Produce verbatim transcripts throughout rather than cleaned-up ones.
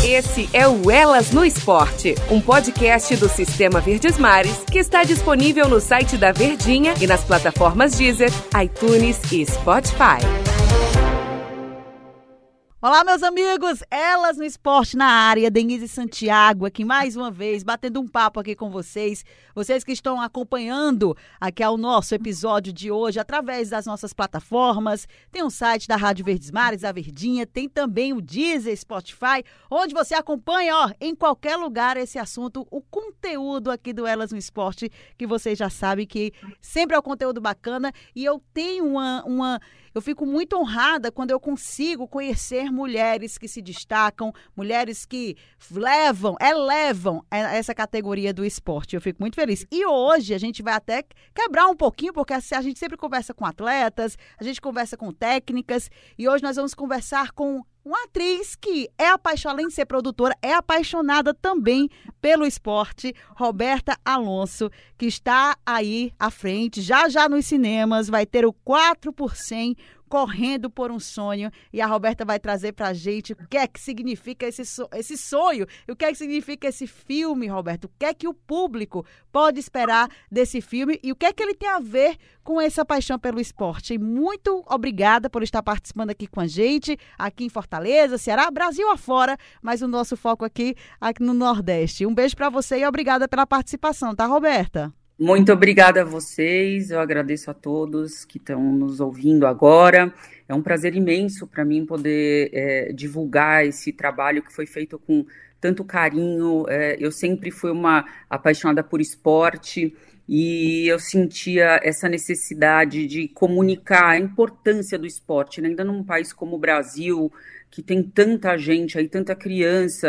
Esse é o Elas no Esporte, um podcast do Sistema Verdes Mares que está disponível no site da Verdinha e nas plataformas Deezer, iTunes e Spotify. Olá, meus amigos, Elas no Esporte na área, Denise Santiago aqui mais uma vez, batendo um papo aqui com vocês, vocês que estão acompanhando aqui ao nosso episódio de hoje através das nossas plataformas, tem um site da Rádio Verdes Mares, a Verdinha, tem também o Deezer, Spotify, onde você acompanha, ó, em qualquer lugar esse assunto, o conteúdo aqui do Elas no Esporte, que vocês já sabem que sempre é um conteúdo bacana e eu tenho uma... uma Eu fico muito honrada quando eu consigo conhecer mulheres que se destacam, mulheres que levam, elevam essa categoria do esporte. Eu fico muito feliz. E hoje a gente vai até quebrar um pouquinho, porque a gente sempre conversa com atletas, a gente conversa com técnicas, e hoje nós vamos conversar com uma atriz que é apaixonada, além de ser produtora, é apaixonada também pelo esporte, Roberta Alonso, que está aí à frente, já já nos cinemas, vai ter o quatro por cem Correndo por um Sonho, e a Roberta vai trazer pra gente o que é que significa esse, so- esse sonho, e o que é que significa esse filme, Roberta, o que é que o público pode esperar desse filme e o que é que ele tem a ver com essa paixão pelo esporte. E muito obrigada por estar participando aqui com a gente, aqui em Fortaleza, Ceará, Brasil afora, mas o nosso foco aqui, aqui no Nordeste. Um beijo pra você e obrigada pela participação, tá, Roberta? Muito obrigada a vocês, eu agradeço a todos que estão nos ouvindo agora. É um prazer imenso para mim poder é, divulgar esse trabalho que foi feito com tanto carinho. É, eu sempre fui uma apaixonada por esporte e eu sentia essa necessidade de comunicar a importância do esporte, né? Ainda num país como o Brasil, que tem tanta gente aí, tanta criança,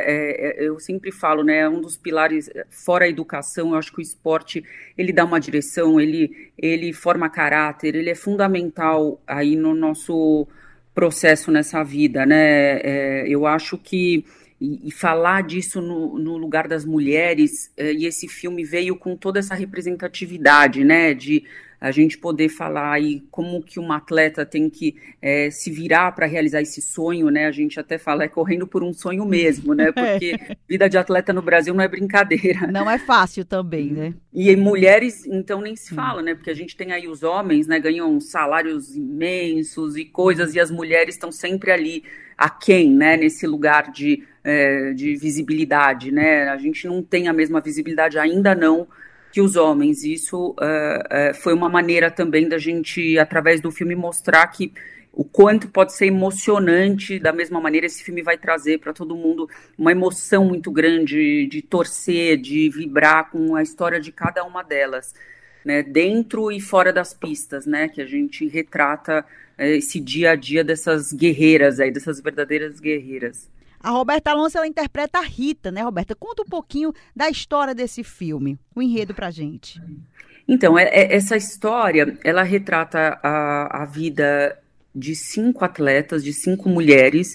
é, é, eu sempre falo, né, um dos pilares, fora a educação, eu acho que o esporte, ele dá uma direção, ele, ele forma caráter, ele é fundamental aí no nosso processo nessa vida, né, é, eu acho que, e, e falar disso no, no lugar das mulheres, é, e esse filme veio com toda essa representatividade, né, de a gente poder falar aí como que uma atleta tem que é, se virar para realizar esse sonho, né? A gente até fala, é correndo por um sonho mesmo, né? Porque vida de atleta no Brasil não é brincadeira. Não é fácil também, né? E mulheres, então, nem se fala, né? Porque a gente tem aí os homens, né? Ganham salários imensos e coisas, e as mulheres estão sempre ali aquém, né? Nesse lugar de, é, de visibilidade, né? A gente não tem a mesma visibilidade, ainda não, que os homens. Isso uh, uh, foi uma maneira também da gente, através do filme, mostrar que o quanto pode ser emocionante, da mesma maneira esse filme vai trazer para todo mundo uma emoção muito grande de torcer, de vibrar com a história de cada uma delas, né, dentro e fora das pistas, né, que a gente retrata uh, esse dia a dia dessas guerreiras aí, dessas verdadeiras guerreiras. A Roberta Alonso, ela interpreta a Rita, né, Roberta? Conta um pouquinho da história desse filme, o enredo pra gente. Então, é, é, essa história, ela retrata a, a vida de cinco atletas, de cinco mulheres,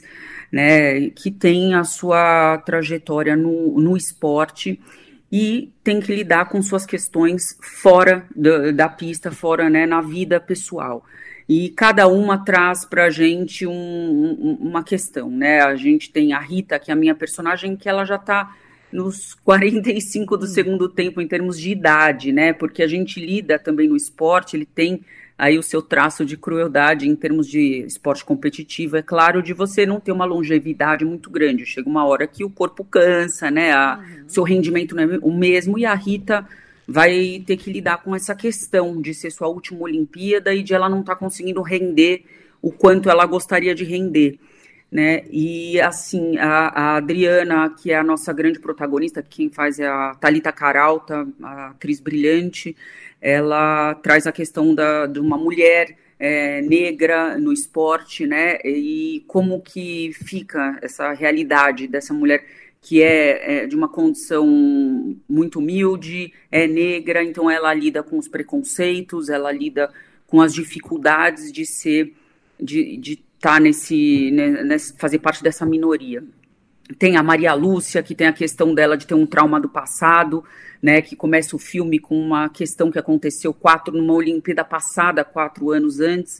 né, que têm a sua trajetória no, no esporte e tem que lidar com suas questões fora da, da pista, fora, né, na vida pessoal. E cada uma traz pra gente um, um, uma questão, né? A gente tem a Rita, que é a minha personagem, que ela já tá nos quarenta e cinco do segundo tempo em termos de idade, né? Porque a gente lida também no esporte, ele tem aí o seu traço de crueldade em termos de esporte competitivo, é claro, de você não ter uma longevidade muito grande. Chega uma hora que o corpo cansa, né? O uhum. seu rendimento não é o mesmo, e a Rita vai ter que lidar com essa questão de ser sua última Olimpíada e de ela não estar tá conseguindo render o quanto ela gostaria de render, né? E assim, a, a Adriana, que é a nossa grande protagonista, quem faz é a Thalita Caralta, a atriz brilhante, ela traz a questão da, de uma mulher é, negra no esporte, né? E como que fica essa realidade dessa mulher que é, é de uma condição muito humilde, é negra, então ela lida com os preconceitos, ela lida com as dificuldades de ser, de, de estar nesse, né, nesse, fazer parte dessa minoria. Tem a Maria Lúcia, que tem a questão dela de ter um trauma do passado, né, que começa o filme com uma questão que aconteceu quatro, numa Olimpíada passada, quatro anos antes,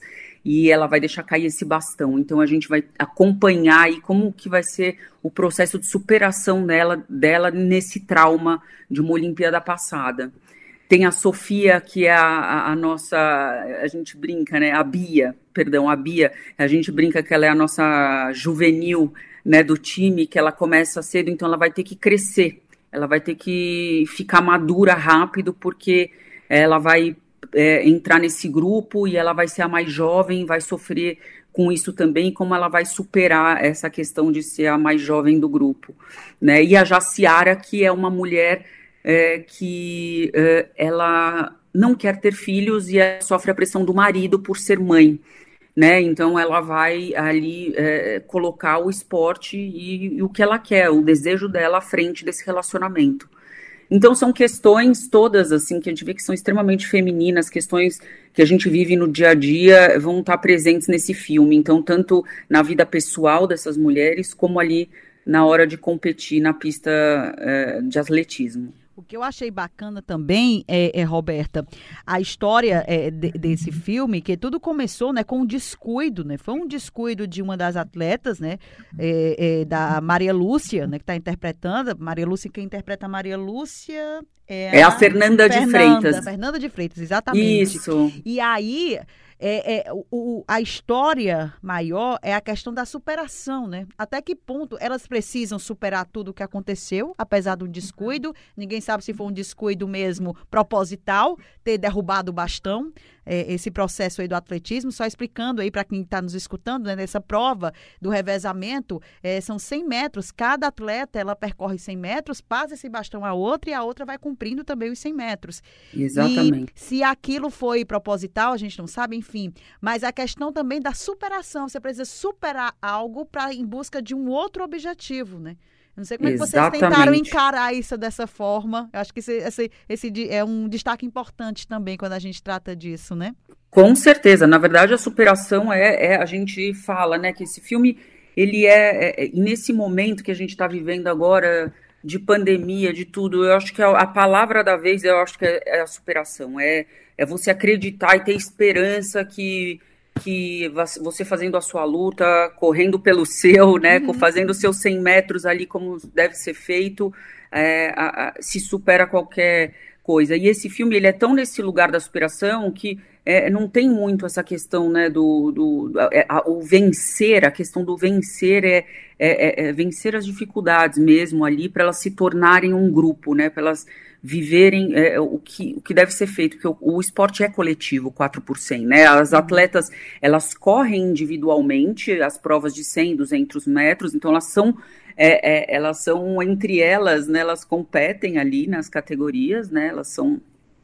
e ela vai deixar cair esse bastão. Então a gente vai acompanhar aí como que vai ser o processo de superação dela, dela nesse trauma de uma Olimpíada passada. Tem a Sofia, que é a, a, a nossa, a gente brinca, né, a Bia, perdão, a Bia, a gente brinca que ela é a nossa juvenil, né, do time, que ela começa cedo, então ela vai ter que crescer, ela vai ter que ficar madura rápido, porque ela vai é, entrar nesse grupo e ela vai ser a mais jovem, vai sofrer com isso também, como ela vai superar essa questão de ser a mais jovem do grupo, né, e a Jaciara, que é uma mulher É, que é, ela não quer ter filhos e sofre a pressão do marido por ser mãe, né? Então ela vai ali é, colocar o esporte e, e o que ela quer, o desejo dela à frente desse relacionamento. Então são questões todas assim que a gente vê que são extremamente femininas, questões que a gente vive no dia a dia vão estar presentes nesse filme. Então tanto na vida pessoal dessas mulheres como ali na hora de competir na pista é, de atletismo. O que eu achei bacana também, é, é Roberta, a história é, de, desse filme, que tudo começou, né, com um descuido, né? Foi um descuido de uma das atletas, né? É, é, da Maria Lúcia, né? Que está interpretando. Maria Lúcia, quem interpreta a Maria Lúcia é, é a, a Fernanda, Fernanda de Freitas. Fernanda de Freitas, exatamente. Isso. E aí... É, é, o, a história maior é a questão da superação, né? Até que ponto elas precisam superar tudo o que aconteceu, apesar do descuido. Ninguém sabe se foi um descuido mesmo proposital, ter derrubado o bastão, é, esse processo aí do atletismo. Só explicando aí para quem está nos escutando, né, nessa prova do revezamento, é, são cem metros, cada atleta ela percorre cem metros, passa esse bastão a outra e a outra vai cumprindo também os cem metros. Exatamente. E se aquilo foi proposital, a gente não sabe, enfim, mas a questão também da superação, você precisa superar algo para em busca de um outro objetivo, né? Eu não sei como é que vocês Exatamente. tentaram encarar isso dessa forma. Eu acho que esse, esse, esse é um destaque importante também quando a gente trata disso, né? Com certeza. Na verdade, a superação é, é a gente fala, né, que esse filme, ele é, é nesse momento que a gente está vivendo agora, de pandemia, de tudo, eu acho que a, a palavra da vez, eu acho que é, é a superação, é, é você acreditar e ter esperança que, que você fazendo a sua luta, correndo pelo seu, né, uhum. fazendo os seus cem metros ali como deve ser feito, é, a, a, se supera qualquer coisa. E esse filme, ele é tão nesse lugar da superação que é, não tem muito essa questão, né, do, do é, a, o vencer, a questão do vencer é, é, é vencer as dificuldades mesmo ali para elas se tornarem um grupo, né, para elas viverem é, o, que, o que deve ser feito, porque o, o esporte é coletivo, quatro por cem, né, as atletas, elas correm individualmente as provas de cem, duzentos metros, então elas são, é, é, elas são entre elas, né, elas competem ali nas categorias, né, elas são,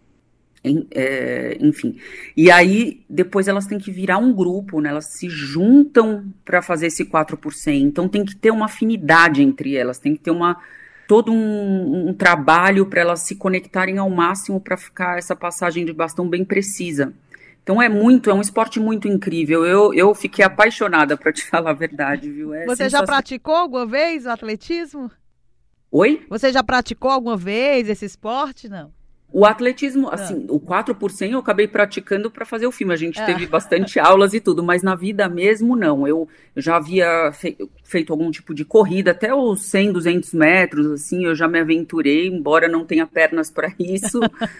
em, é, enfim, e aí depois elas têm que virar um grupo, né, elas se juntam para fazer esse quatro por cem, então tem que ter uma afinidade entre elas, tem que ter uma todo um, um trabalho para elas se conectarem ao máximo para ficar essa passagem de bastão bem precisa. Então é muito, é um esporte muito incrível. Eu, eu fiquei apaixonada, para te falar a verdade, viu? É Você já praticou alguma vez o atletismo? Oi? Você já praticou alguma vez esse esporte, não? O atletismo, assim, ah. o quatro por cem eu acabei praticando para fazer o filme. A gente ah. teve bastante aulas e tudo, mas na vida mesmo não. Eu já havia fe- feito algum tipo de corrida, até os cem, duzentos metros, assim, eu já me aventurei, embora não tenha pernas para isso.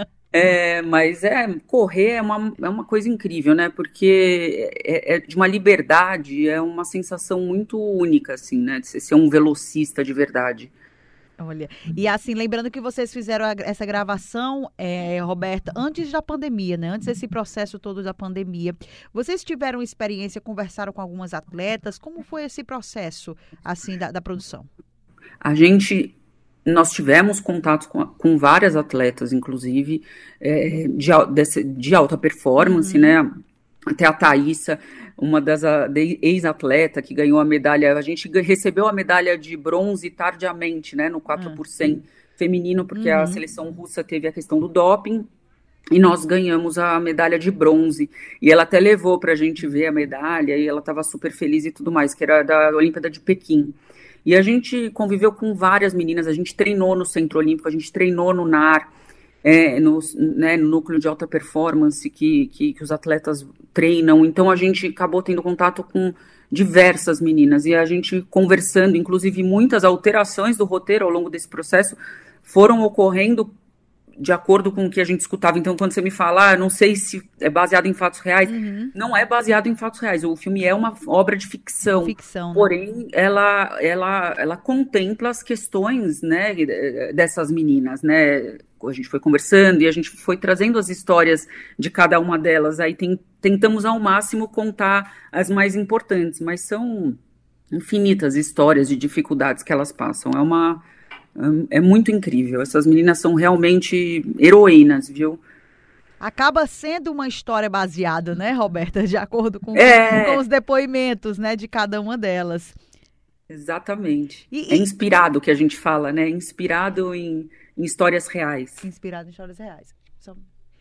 é, mas é, correr é uma, é uma coisa incrível, né? Porque é, é de uma liberdade, é uma sensação muito única, assim, né? De você ser um velocista de verdade. Olha, e assim, lembrando que vocês fizeram a, essa gravação, é, Roberta, antes da pandemia, né? Antes desse processo todo da pandemia. Vocês tiveram experiência, conversaram com algumas atletas? Como foi esse processo, assim, da, da produção? A gente, nós tivemos contato com, com várias atletas, inclusive, é, de, de, de alta performance, uhum. né? Até a Thaísa, uma das ex-atleta que ganhou a medalha, a gente recebeu a medalha de bronze tardiamente, né, no quatro por cem uhum. feminino, porque uhum. a seleção russa teve a questão do doping, e nós ganhamos a medalha de bronze, e ela até levou pra gente ver a medalha, e ela estava super feliz e tudo mais, que era da Olimpíada de Pequim. E a gente conviveu com várias meninas, a gente treinou no Centro Olímpico, a gente treinou no N A R, é, no, né, no núcleo de alta performance que, que, que os atletas treinam. Então a gente acabou tendo contato com diversas meninas, e a gente conversando, inclusive muitas alterações do roteiro ao longo desse processo foram ocorrendo de acordo com o que a gente escutava. Então, quando você me fala, ah, não sei se é baseado em fatos reais, uhum. não é baseado em fatos reais. O filme é uma obra de ficção, ficção porém, né? ela, ela, ela contempla as questões, né, dessas meninas, né? A gente foi conversando e a gente foi trazendo as histórias de cada uma delas. Aí tem, tentamos ao máximo contar as mais importantes, mas são infinitas histórias de dificuldades que elas passam. É uma... É muito incrível. Essas meninas são realmente heroínas, viu? Acaba sendo uma história baseada, né, Roberta? De acordo com, é... com os depoimentos, né, de cada uma delas. Exatamente. E, é inspirado, que a gente fala, né? Inspirado em, em histórias reais. Inspirado em histórias reais. São...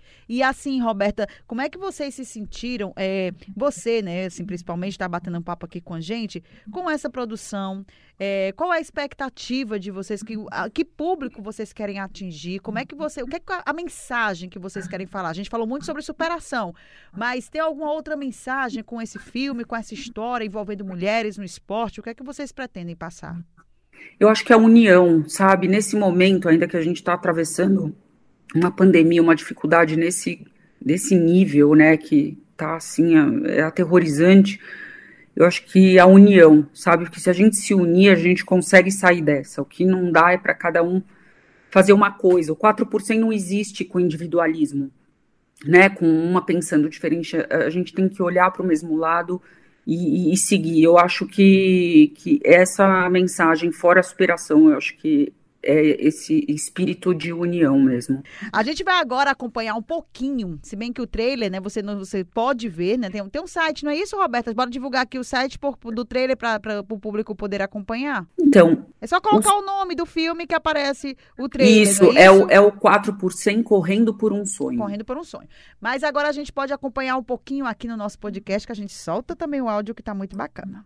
E assim, Roberta, como é que vocês se sentiram, é, você, né, assim, principalmente, está batendo um papo aqui com a gente, com essa produção? É, qual é a expectativa de vocês? Que, a, que público vocês querem atingir? Como é que você, o que é a mensagem que vocês querem falar? A gente falou muito sobre superação, mas tem alguma outra mensagem com esse filme, com essa história envolvendo mulheres no esporte? O que é que vocês pretendem passar? Eu acho que a união, sabe? Nesse momento, ainda que a gente está atravessando uma pandemia, uma dificuldade nesse, nesse nível, né, que tá assim, é aterrorizante. Eu acho que a união, sabe, porque se a gente se unir, a gente consegue sair dessa. O que não dá é para cada um fazer uma coisa. O quatro por cento não existe com individualismo, né, com uma pensando diferente. A gente tem que olhar para o mesmo lado e, e, e seguir. Eu acho que, que essa mensagem, fora a superação, eu acho que é esse espírito de união mesmo. A gente vai agora acompanhar um pouquinho, se bem que o trailer, né, você, não, você pode ver, né, tem, tem um site, não é isso, Roberta? Bora divulgar aqui o site por, do trailer para o público poder acompanhar? Então... É só colocar os... o nome do filme que aparece o trailer, Isso, não é, é, isso? O, é o quatro por cento Correndo por um Sonho. Correndo por um Sonho. Mas agora a gente pode acompanhar um pouquinho aqui no nosso podcast, que a gente solta também o áudio, que está muito bacana.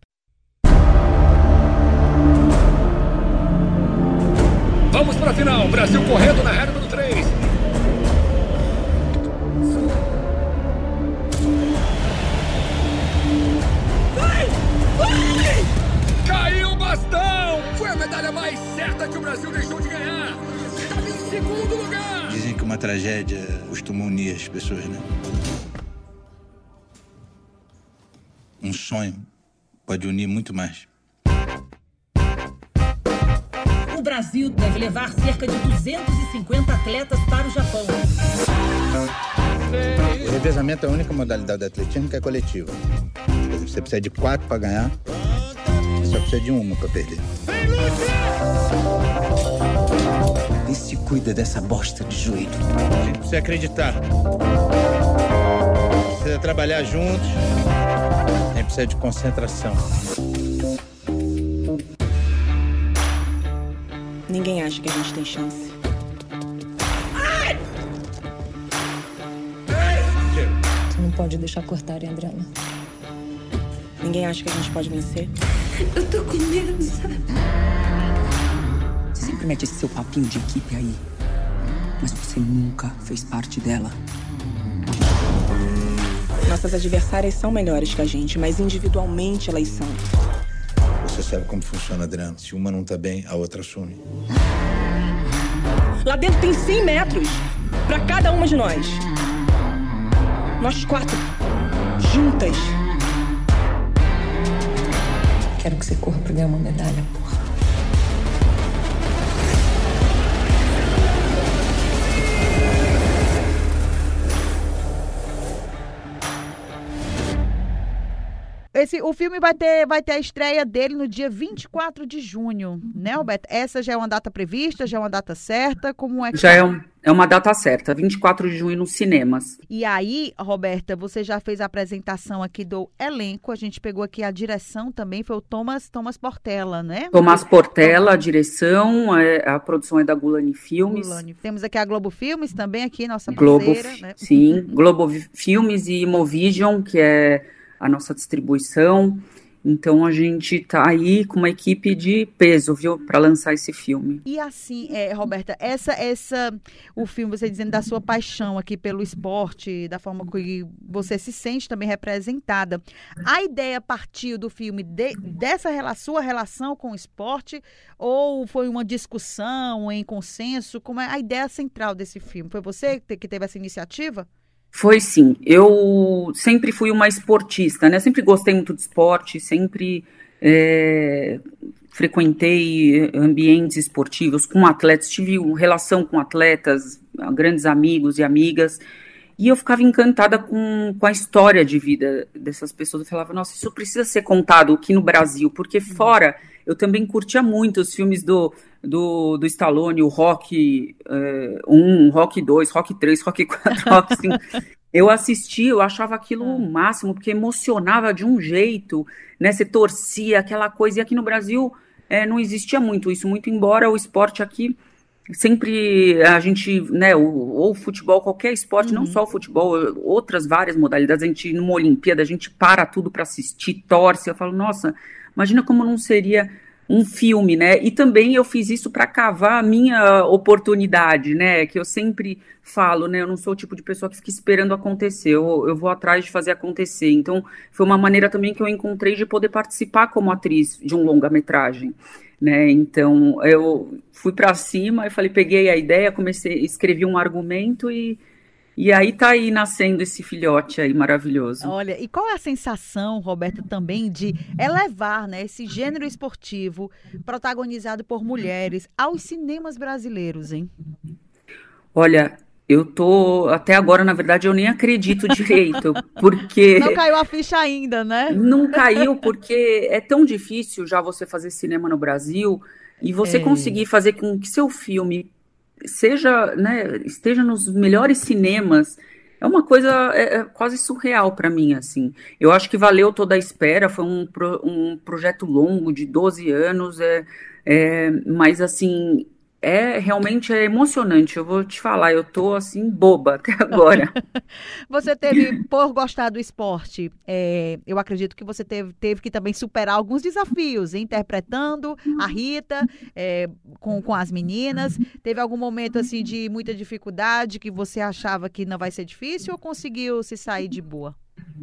Vamos para a final. Brasil correndo na reta número três. Vai! Vai! Caiu o bastão! Foi a medalha mais certa que o Brasil deixou de ganhar. Estava em segundo lugar. Dizem que uma tragédia costuma unir as pessoas, né? Um sonho pode unir muito mais. O Brasil deve levar cerca de duzentos e cinquenta atletas para o Japão. O revezamento é a única modalidade de atletismo que é coletiva. Você precisa de quatro para ganhar, você só precisa de uma para perder. E se cuida dessa bosta de joelho. A gente precisa acreditar. Precisa trabalhar juntos. A gente precisa de concentração. Ninguém acha que a gente tem chance. Ai! Você não pode deixar cortarem, Adriana. Ninguém acha que a gente pode vencer. Eu tô com medo, sabe? Você sempre mete esse seu papinho de equipe aí. Mas você nunca fez parte dela. Nossas adversárias são melhores que a gente, mas individualmente elas são. Você sabe como funciona, Adriana. Se uma não tá bem, a outra assume. Lá dentro tem cem metros pra cada uma de nós. Nós quatro, juntas. Quero que você corra pra ganhar uma medalha, porra. Esse, o filme vai ter, vai ter a estreia dele no dia vinte e quatro de junho, né, Roberto? Essa já é uma data prevista, já é uma data certa? Como é que... Já é, um, é uma data certa, vinte e quatro de junho nos cinemas. E aí, Roberta, você já fez a apresentação aqui do elenco, a gente pegou aqui a direção também, foi o Thomas, Thomas Portela, né? Thomas Portela, a direção, a, a produção é da Gulani Filmes. Gulani. Temos aqui a Globo Filmes também, aqui, nossa Globo, parceira, né? Sim, Globo Filmes e Movision, que é a nossa distribuição, Então a gente tá aí com uma equipe de peso, viu, para lançar esse filme. E assim, é, Roberta, essa, essa, o filme, você dizendo da sua paixão aqui pelo esporte, da forma que você se sente também representada, a ideia partiu do filme de, dessa rela, sua relação com o esporte, ou foi uma discussão em consenso? Como é a ideia central desse filme? Foi você que teve essa iniciativa? Foi sim, eu sempre fui uma esportista, né, sempre gostei muito de esporte, sempre é, frequentei ambientes esportivos com atletas, tive uma relação com atletas, grandes amigos e amigas, e eu ficava encantada com, com a história de vida dessas pessoas. Eu falava, nossa, isso precisa ser contado aqui no Brasil, porque fora eu também curtia muito os filmes do... Do, do Stallone, o Rock um, Rock dois, Rock três, Rock quatro, Rock cinco. Eu assisti, eu achava aquilo o máximo, porque emocionava de um jeito, né? Você torcia, aquela coisa. E aqui no Brasil é, não existia muito isso, muito embora o esporte aqui sempre a gente, né? Ou o futebol, qualquer esporte, uhum. não só o futebol, outras várias modalidades. A gente, numa Olimpíada, a gente para tudo para assistir, torce. Eu falo, nossa, imagina como não seria um filme, né, e também eu fiz isso para cavar a minha oportunidade, né, que eu sempre falo, né, eu não sou o tipo de pessoa que fica esperando acontecer, eu, eu vou atrás de fazer acontecer, então foi uma maneira também que eu encontrei de poder participar como atriz de um longa-metragem, né, então eu fui para cima, eu falei, peguei a ideia, comecei, escrevi um argumento e E aí tá aí nascendo esse filhote aí maravilhoso. Olha, e qual é a sensação, Roberta, também de elevar, né, esse gênero esportivo protagonizado por mulheres aos cinemas brasileiros, hein? Olha, eu tô, até agora, na verdade, eu nem acredito direito, porque... Não caiu a ficha ainda, né? Não caiu, porque é tão difícil já você fazer cinema no Brasil e você é. conseguir fazer com que seu filme seja, né, esteja nos melhores cinemas, é uma coisa é, é quase surreal para mim, assim. Eu acho que valeu toda a espera, foi um, pro, um projeto longo, de doze anos, é, é, mas, assim, é realmente é emocionante, eu vou te falar, eu tô, assim, boba até agora. Você teve, por gostar do esporte, é, eu acredito que você teve, teve que também superar alguns desafios, interpretando a Rita, é, com, com as meninas. Teve algum momento, assim, de muita dificuldade, que você achava que não vai ser difícil, ou conseguiu se sair de boa?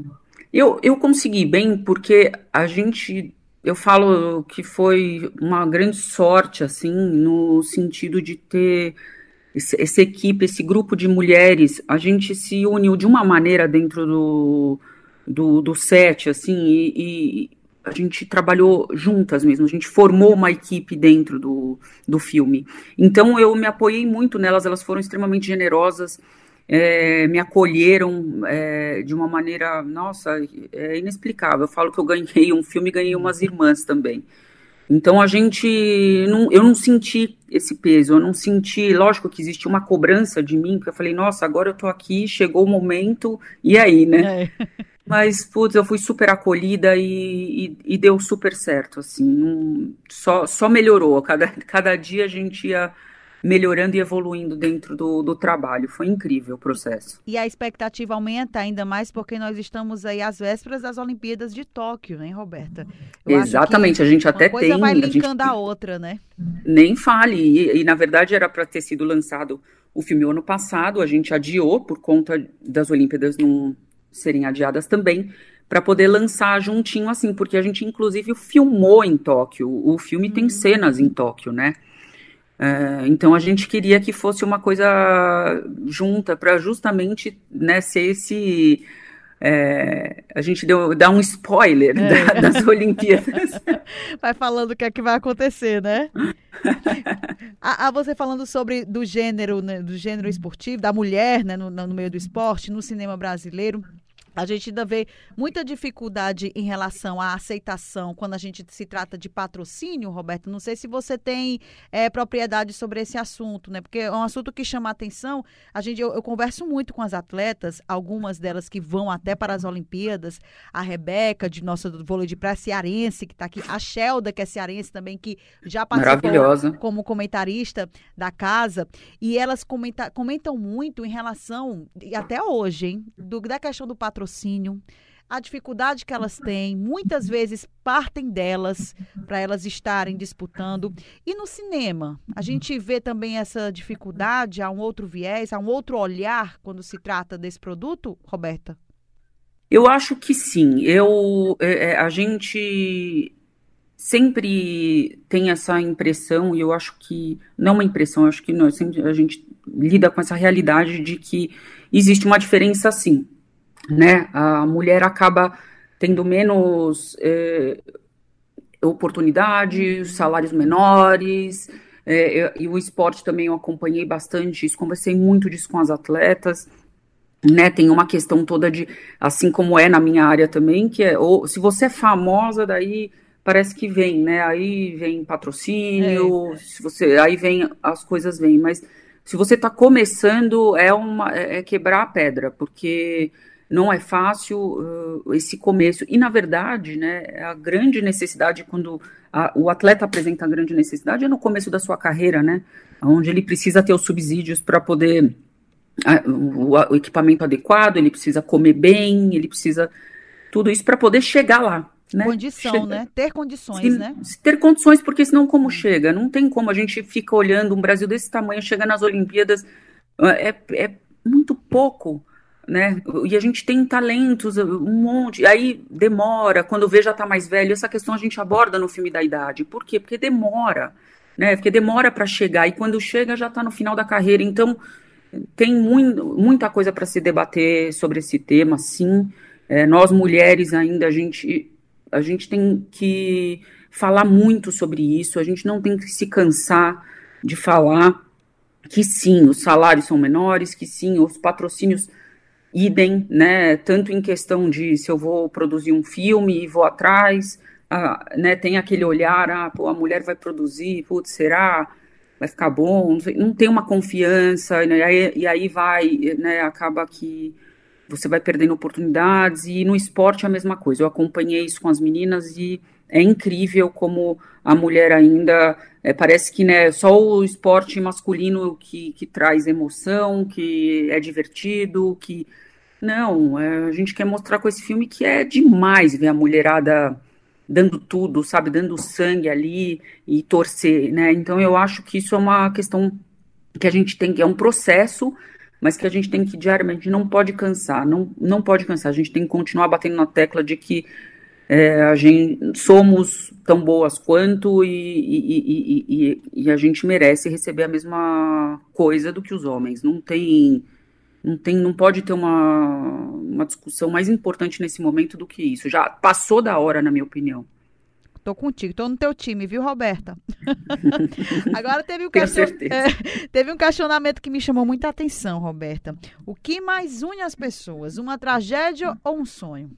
Eu, eu consegui bem, porque a gente... Eu falo que foi uma grande sorte, assim, no sentido de ter esse, essa equipe, esse grupo de mulheres, a gente se uniu de uma maneira dentro do, do, do set, assim, e, e a gente trabalhou juntas mesmo, a gente formou uma equipe dentro do, do filme. Então eu me apoiei muito nelas, elas foram extremamente generosas, É, me acolheram é, de uma maneira, nossa, é inexplicável. Eu falo que eu ganhei um filme e ganhei umas irmãs também. Então a gente, não, eu não senti esse peso, eu não senti, lógico que existe uma cobrança de mim, porque eu falei, nossa, agora eu tô aqui, chegou o momento, e aí, né? É. Mas, putz, eu fui super acolhida e, e, e deu super certo, assim, não, só, só melhorou, cada, cada dia a gente ia melhorando e evoluindo dentro do, do trabalho. Foi incrível o processo. E a expectativa aumenta ainda mais porque nós estamos aí às vésperas das Olimpíadas de Tóquio, hein, Roberta? Eu Exatamente, a gente até tem... Uma coisa vai linkando a, gente... a outra, né? Nem fale. E, e, na verdade, era para ter sido lançado o filme ano passado, a gente adiou por conta das Olimpíadas não serem adiadas também, para poder lançar juntinho assim, porque a gente, inclusive, filmou em Tóquio. O filme hum. tem cenas em Tóquio, né? É, então a gente queria que fosse uma coisa junta para justamente, né, ser esse é, a gente deu, dá um spoiler é. da, das Olimpíadas. Vai falando o que é que vai acontecer, né? a, a você falando sobre do gênero, né, do gênero esportivo, da mulher, né, no, no meio do esporte, no cinema brasileiro. A gente ainda vê muita dificuldade em relação à aceitação quando a gente se trata de patrocínio, Roberto. Não sei se você tem é, propriedade sobre esse assunto, né? Porque é um assunto que chama a atenção. A gente, eu, eu converso muito com as atletas, algumas delas que vão até para as Olimpíadas. A Rebeca, de nossa do vôlei de praia, cearense, que está aqui. A Shelda, que é cearense também, que já participou como comentarista da casa. E elas comenta, comentam muito em relação, e até hoje, hein, do, da questão do patrocínio. a dificuldade que elas têm, muitas vezes partem delas para elas estarem disputando. E no cinema, a gente vê também essa dificuldade, há um outro viés, há um outro olhar quando se trata desse produto, Roberta? Eu acho que sim. Eu, é, a gente sempre tem essa impressão, e eu acho que, não uma impressão, eu acho que não, sempre a gente lida com essa realidade de que existe uma diferença sim, né? A mulher acaba tendo menos é, oportunidades, salários menores, é, e o esporte também eu acompanhei bastante isso, conversei muito disso com as atletas, né? Tem uma questão toda de, assim como é na minha área também, que é, ou, se você é famosa, daí parece que vem, né? Aí vem patrocínio, é. se você, aí vem, as coisas vêm, mas se você está começando, é, uma, é quebrar a pedra, porque não é fácil uh, esse começo. E, na verdade, né, a grande necessidade, quando a, o atleta apresenta a grande necessidade, é no começo da sua carreira, né? Onde ele precisa ter os subsídios para poder, a, o, o equipamento adequado, ele precisa comer bem, ele precisa tudo isso para poder chegar lá. Né? Condição, chega, né? Ter condições, se, né? Ter condições, porque senão como chega? Não tem como, a gente fica olhando um Brasil desse tamanho, chega nas Olimpíadas, é, é muito pouco, né? E a gente tem talentos, um monte, aí demora, quando vê já tá mais velho, essa questão a gente aborda no filme da idade. Por quê? Porque demora, né? Porque demora para chegar, e quando chega já tá no final da carreira, então tem muito, muita coisa para se debater sobre esse tema, sim. É, nós mulheres ainda, a gente... A gente tem que falar muito sobre isso, a gente não tem que se cansar de falar que sim, os salários são menores, que sim, os patrocínios idem, né, tanto em questão de se eu vou produzir um filme e vou atrás, ah, né, tem aquele olhar, ah, pô, a mulher vai produzir, putz, será? Vai ficar bom? Não, sei, não tem uma confiança, né, e, aí, e aí vai, né, acaba que você vai perdendo oportunidades, e no esporte é a mesma coisa. Eu acompanhei isso com as meninas e é incrível como a mulher ainda, é, parece que, né, só o esporte masculino que, que traz emoção, que é divertido, que... Não, é, a gente quer mostrar com esse filme que é demais ver a mulherada dando tudo, sabe, dando sangue ali e torcer, né? Então eu acho que isso é uma questão que a gente tem, que é um processo, mas que a gente tem que diariamente, não pode cansar, não, não pode cansar, a gente tem que continuar batendo na tecla de que é, a gente, somos tão boas quanto e, e, e, e, e a gente merece receber a mesma coisa do que os homens, não tem, não tem, não pode ter uma, uma discussão mais importante nesse momento do que isso, já passou da hora, na minha opinião. Tô contigo, tô no teu time, viu, Roberta? Agora teve um, question... é, teve um questionamento que me chamou muita atenção, Roberta. O que mais une as pessoas, uma tragédia ou um sonho?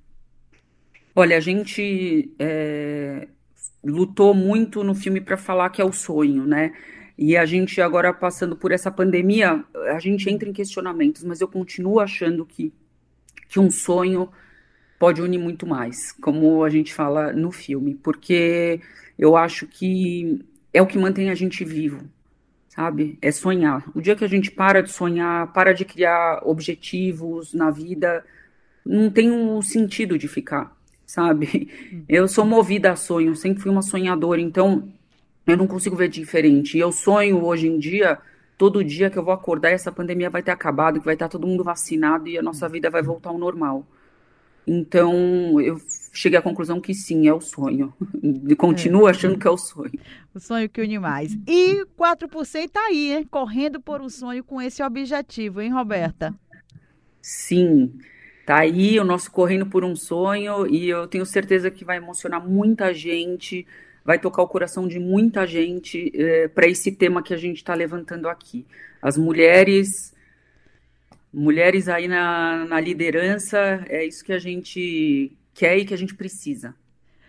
Olha, a gente é, lutou muito no filme para falar que é o sonho, né? E a gente agora passando por essa pandemia, a gente entra em questionamentos, mas eu continuo achando que, que um sonho pode unir muito mais, como a gente fala no filme, porque eu acho que é o que mantém a gente vivo, sabe? É sonhar. O dia que a gente para de sonhar, para de criar objetivos na vida, não tem um sentido de ficar, sabe? Eu sou movida a sonho, sempre fui uma sonhadora, então eu não consigo ver diferente. E eu sonho hoje em dia, todo dia que eu vou acordar, essa pandemia vai ter acabado, que vai estar todo mundo vacinado e a nossa vida vai voltar ao normal. Então, eu cheguei à conclusão que sim, é o sonho. E continuo é. achando que é o sonho. O sonho que une mais. E quatro por cento tá aí, hein? Correndo por um sonho com esse objetivo, hein, Roberta? Sim, tá aí o nosso Correndo por um Sonho, e eu tenho certeza que vai emocionar muita gente, vai tocar o coração de muita gente é, para esse tema que a gente está levantando aqui. As mulheres... Mulheres aí na, na liderança, é isso que a gente quer e que a gente precisa.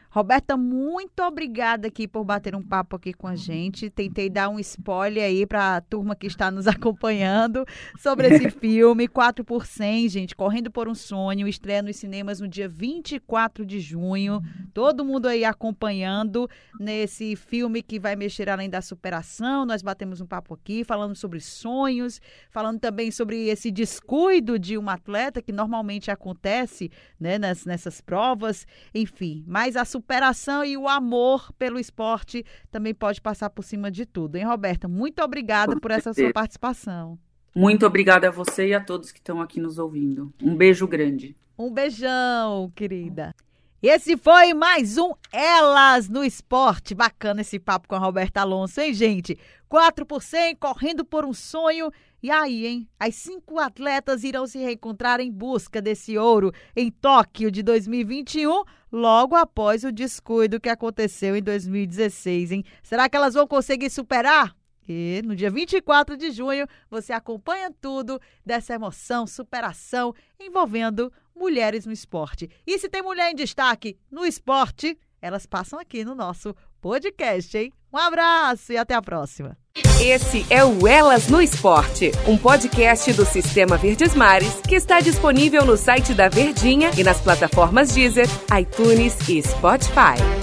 Roberta, muito obrigada aqui por bater um papo aqui com a gente. Tentei dar um spoiler aí para a turma que está nos acompanhando sobre esse filme, quatro por cem, gente, Correndo por um Sonho, estreia nos cinemas no dia vinte e quatro de junho. Todo mundo aí acompanhando nesse filme que vai mexer além da superação. Nós batemos um papo aqui, falando sobre sonhos, falando também sobre esse descuido de um atleta que normalmente acontece, né, nas, nessas provas, enfim, mas a superação e o amor pelo esporte também pode passar por cima de tudo, hein, Roberta? Muito obrigada por essa sua participação. Muito obrigada a você e a todos que estão aqui nos ouvindo. Um beijo grande. Um beijão, querida. Esse foi mais um Elas no Esporte. Bacana esse papo com a Roberta Alonso, hein, gente? quatro por cem, Correndo por um Sonho. E aí, hein? As cinco atletas irão se reencontrar em busca desse ouro em Tóquio de dois mil e vinte e um, logo após o descuido que aconteceu em dois mil e dezesseis, hein? Será que elas vão conseguir superar? E no dia vinte e quatro de junho, você acompanha tudo dessa emoção, superação envolvendo mulheres no esporte. E se tem mulher em destaque no esporte, elas passam aqui no nosso podcast, hein? Um abraço e até a próxima. Esse é o Elas no Esporte, um podcast do Sistema Verdes Mares que está disponível no site da Verdinha e nas plataformas Deezer, iTunes e Spotify.